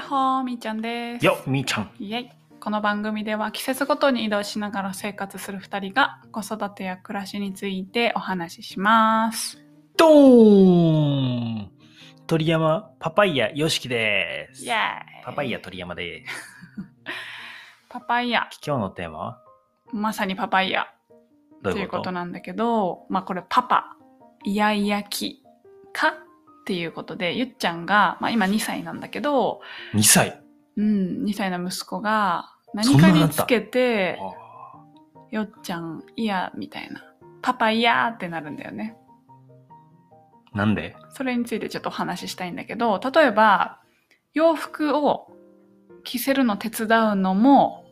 やっほーみーちゃんです。 よっみーちゃん。 イエイ。この番組では季節ごとに移動しながら生活する2人が子育てや暮らしについてお話しします。 ドーン。鳥山パパイヤよしきです。 イエーイ。 パパイヤ鳥山です。 パパイヤ。 今日のテーマはまさにパパイヤということなんだけど、これパパイヤイヤ期かっていうことで、ゆっちゃんが、今2歳なんだけど、 2歳。 2歳の息子が何かにつけて、よっちゃんイヤみたいな、パパイヤーってなるんだよね。 なんで？ それについてちょっとお話ししたいんだけど、例えば洋服を着せるの手伝うのも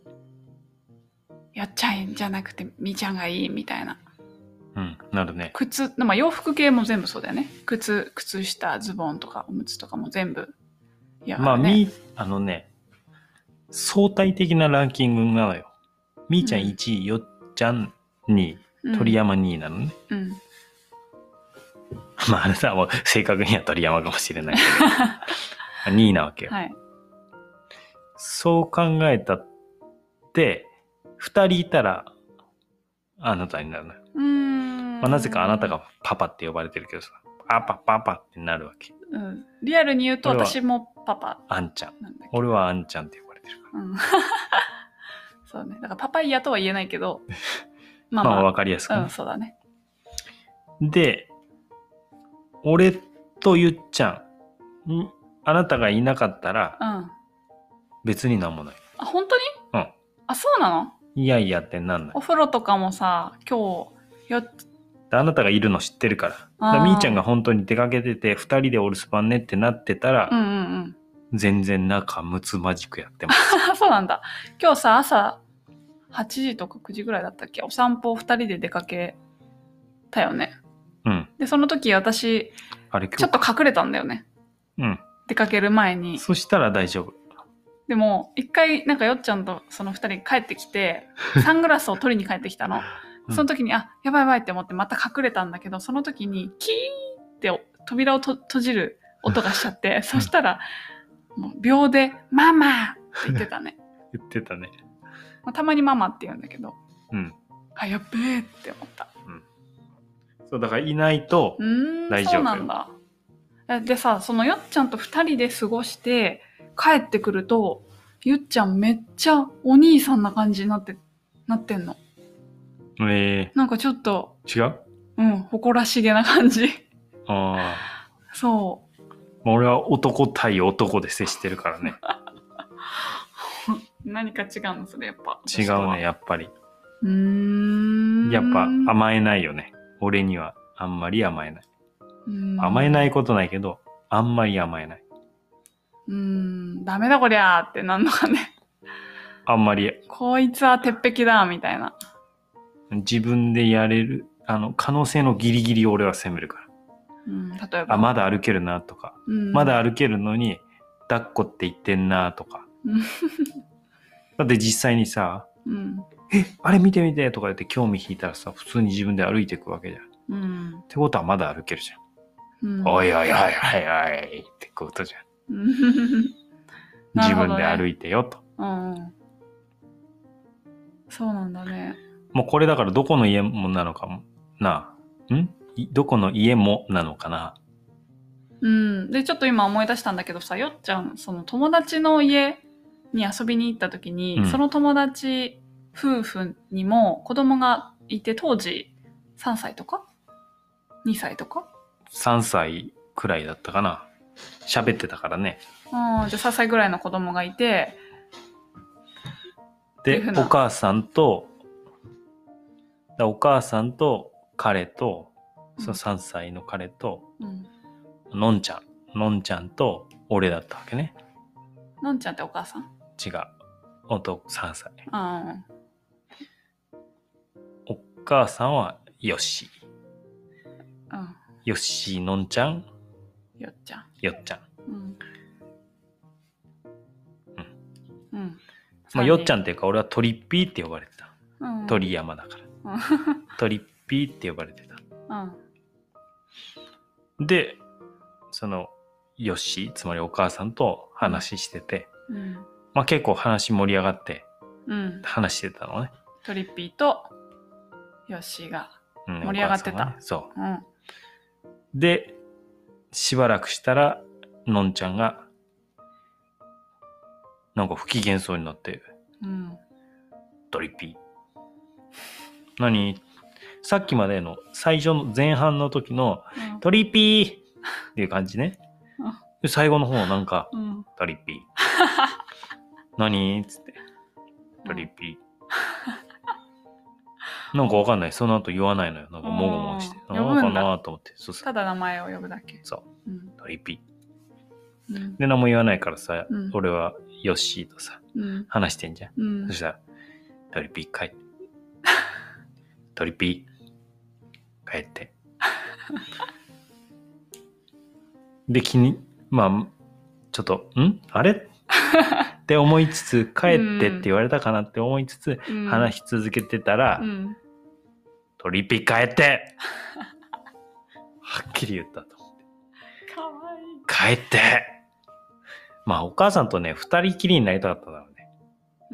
やっちゃえんじゃなくてみーちゃんがいいみたいな。 なるね。 洋服系も全部そうだよね。靴下、ズボンとかおむつとかも全部やるね。 相対的なランキングなのよ。みーちゃん1位、よっちゃん2位、鳥山2位なのね。あなたはもう正確には鳥山かもしれないけど2位なわけよ。 はい。 そう考えたって2人いたらあなたになるのよ。なぜかあなたがパパって呼ばれてるけどさ、パパってなるわけ。 リアルに言うと私もパパあんちゃん。俺はあんちゃんって呼ばれてるから。 そうね。だからパパイヤとは言えないけど、 わかりやすくね。 そうだね。 で、俺とゆっちゃん、あなたがいなかったら、別になんもない。 あ、本当に？あ、そうなの？ いやいやってなんない。 お風呂とかもさ、今日あなたがいるの知ってるから。みーちゃんが本当に出かけてて、2人でお留守番ねってなってたら、全然仲睦まじくやってます。 そうなんだ。今日さ、朝8時とか9時ぐらいだったっけ？お散歩2人で出かけたよね。で、その時私、ちょっと隠れたんだよね。出かける前に。 そしたら大丈夫。 でも、一回、よっちゃんとその2人帰ってきて、サングラスを取りに帰ってきたの。その時に、やばいって思ってまた隠れたんだけど、その時に、キーって扉を閉じる音がしちゃって、そしたら、もう秒で、ママって言ってたね。 言ってたね。 たまにママって言うんだけど、やっべえって思った。 そうだからいないと大丈夫よ。 そうなんだ。でさ、そのよっちゃんと2人で過ごして帰ってくると、ゆっちゃんめっちゃお兄さんな感じになってんの。なんかちょっと違う？ 誇らしげな感じ。そう。 俺は男対男で接してるからね。 何か違うのそれやっぱ。 違うね、やっぱり。やっぱ甘えないよね。俺にはあんまり甘えない。甘えないことないけど、あんまり甘えない。 ダメだこりゃーってなんのかね。 あんまり。 こいつは鉄壁だみたいな。 自分でやれる可能性のギリギリ俺は攻めるから。 例えば。 まだ歩けるなとか、まだ歩けるのに抱っこって言ってんなとか。だって実際にさ、あれ見てとか言って興味引いたらさ、普通に自分で歩いていくわけじゃん。ってことはまだ歩けるじゃん。おいってことじゃん。自分で歩いてよと。 そうなんだね。 もうこれだからどこの家もなのかもな。どこの家もなのかな。 で、ちょっと今思い出したんだけどさ、よっちゃん、その友達の家に遊びに行った時に、その友達夫婦にも子供がいて、当時3歳とか2歳とか 3歳くらいだったかな。喋ってたからね。 じゃあ3歳ぐらいの子供がいて、 で、お母さんと彼と、その3歳の彼と、のんちゃんと俺だったわけね。 のんちゃんってお母さん？ 違う。男3歳。お母さんはよっしー。よっしー、のんちゃん。 よっちゃん。 よっちゃんっていうか俺はトリッピーって呼ばれてた。鳥山だから。トリッピーって呼ばれてた。で、そのヨッシー、つまりお母さんと話してて、 うん、 まあ結構話盛り上がってうん、 話してたのね。 トリッピーとヨッシーが盛り上がってた。 ね、そう、 うん。 で、しばらくしたら、のんちゃんが、なんか不機嫌そうになって、 うん、 トリッピー。何？さっきまでの最初の前半の時の、 うん、 トリッピーっていう感じね。で最後の方なんか、 うん、 トリッピー。何？つって。トリッピー。なんかわかんない。その後言わないのよ。なんかもごもごして。 呼ぶんだなんかなと思って。そうそう。 ただ名前を呼ぶだけ。 そう。 うん、 トリッピうん、 ー。で、何も言わないからさ、 うん、 俺はヨッシーとさ、 うん、 話してんじゃん。 うん、 そしたら、トリッピー帰って。トリッピー帰って。で、まあ、ちょっと、あれって思いつつ、帰ってって言われたかなって思いつつ、 うん、 話し続けてたら、 うん、 トリッピー帰ってはっきり言ったと思って。 かわいい。 帰ってまあ、お母さんとね、二人きりになりたかっただろうね。うん。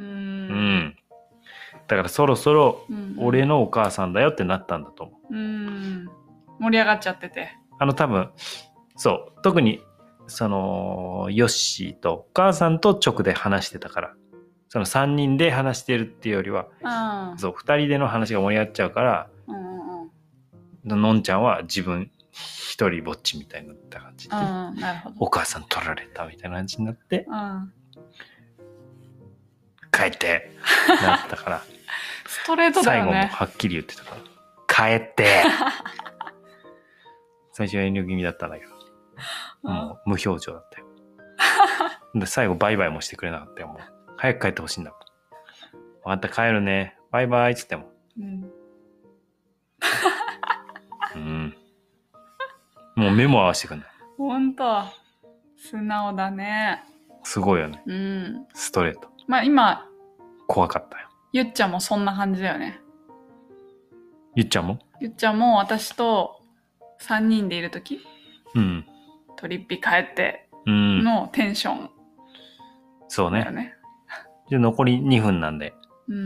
だからそろそろ、俺のお母さんだよってなったんだと思う。 盛り上がっちゃってて。 多分、そう、特に、ヨッシーとお母さんと直で話してたから、その3人で話してるっていうよりは、そう、2人での話が盛り上がっちゃうから、のんちゃんは自分一人ぼっちみたいになった感じで、 なるほど。 お母さん取られたみたいな感じになって、帰ってなったから、 ストレートだよね。 最後もはっきり言ってたから、帰って最初は遠慮気味だったんだけど、もう無表情だったよ。で最後バイバイもしてくれなかったよ。もう早く帰ってほしいんだもん。分かった、帰るね、バイバイっつっても、もう目も合わせてくんない。 ほんと素直だね。 すごいよね。ストレート。 まあ今怖かったよ。 ゆっちゃんもそんな感じだよね。 ゆっちゃんも私と3人でいるとき、トリッピ帰ってのテンション、 そうね。で残り2分なんで、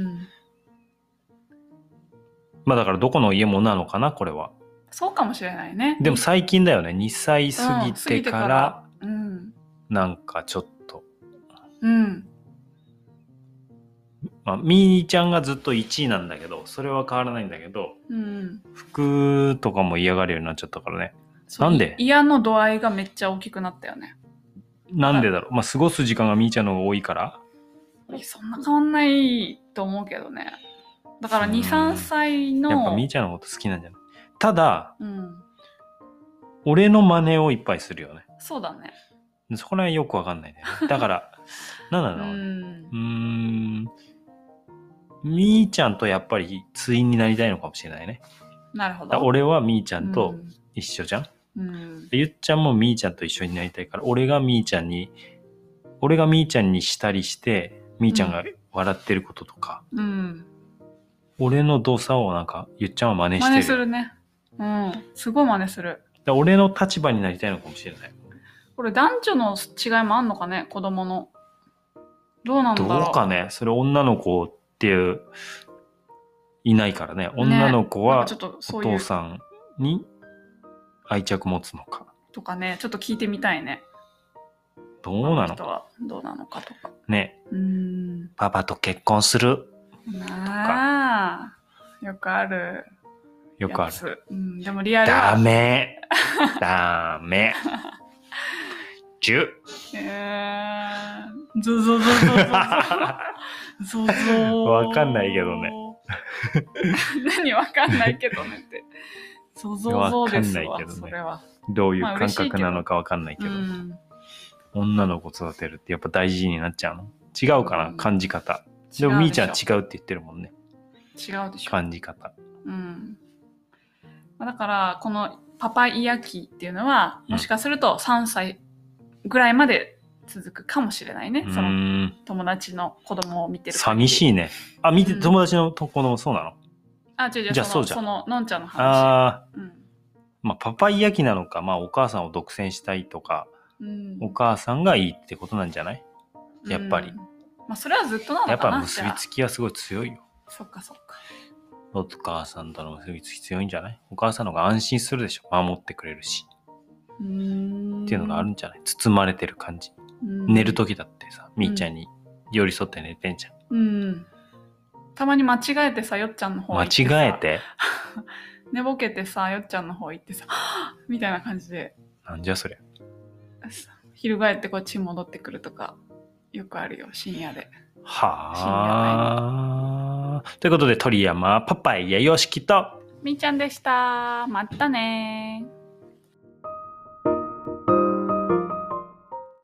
まあだからどこの家もなのかな、これは。 そうかもしれないね。 でも最近だよね。2歳過ぎてから、なんかちょっと。まあ、みーちゃんがずっと1位なんだけど、それは変わらないんだけど、服とかも嫌がるようになっちゃったからね。なんで？ 嫌の度合いがめっちゃ大きくなったよね。 なんでだろう。まあ、過ごす時間がみーちゃんの方が多いから。 そんな変わんないと思うけどね。だから2、3歳の。 やっぱみーちゃんのこと好きなんじゃない？ただ、俺の真似をいっぱいするよね。 そうだね。 そこら辺よくわかんないんだよね。だから、なんだろうね。みーちゃんとやっぱり対になりたいのかもしれないね。 なるほど。 俺はみーちゃんと一緒じゃん。ゆっちゃんもみーちゃんと一緒になりたいから、俺がみーちゃんにしたりして、みーちゃんが笑ってることとか、俺の動作をなんかゆっちゃんは真似してる。 真似するね。すごい真似する。 俺の立場になりたいのかもしれない。 これ男女の違いもあんのかね、子供の。どうなんだろう。 どうかね。それ女の子っていういないからね。女の子はお父さんに愛着持つのかとかね、ちょっと聞いてみたいね。 どうなの？ 人はどうなのかとかね。パパと結婚するとか。よくある。 よくある。 でもリアルはダメ10。 ゾゾゾゾゾゾゾわかんないけどね。 何わかんないけどねって。ゾゾゾですわ。 わかんないけどね。 それはどういう感覚なのかわかんないけど。女の子育てるってやっぱ大事になっちゃうの？違うかな、感じ方。でもみーちゃん違うって言ってるもんね。 違うでしょ。 感じ方。 だからこのパパイヤ期っていうのはもしかすると3歳ぐらいまで続くかもしれないね。その友達の子供を見てる。 寂しいね。見て、友達の子供そうなの？ 違う、じゃあそうじゃん。そののんちゃんの話。 まあパパイヤ期なのか、まあお母さんを独占したいとか、 お母さんがいいってことなんじゃない？やっぱり。 まあそれはずっとなのかな。 やっぱ結びつきはすごい強いよ。 そっかそっか。 お母さんとの結びつき強いんじゃない？お母さんの方が安心するでしょ。守ってくれるし。っていうのがあるんじゃない？包まれてる感じ。寝る時だってさ、みーちゃんに寄り添って寝てんじゃん。 たまに間違えてさ、よっちゃんの方行ってさ。 間違えて寝ぼけてさ、よっちゃんの方行ってさ、みたいな感じで。 なんじゃそりゃ。 翻ってこっちに戻ってくるとか、よくあるよ、深夜で。 はあ。ということで、鳥山、パパイヤ、よしきと、 みーちゃんでした。またねー。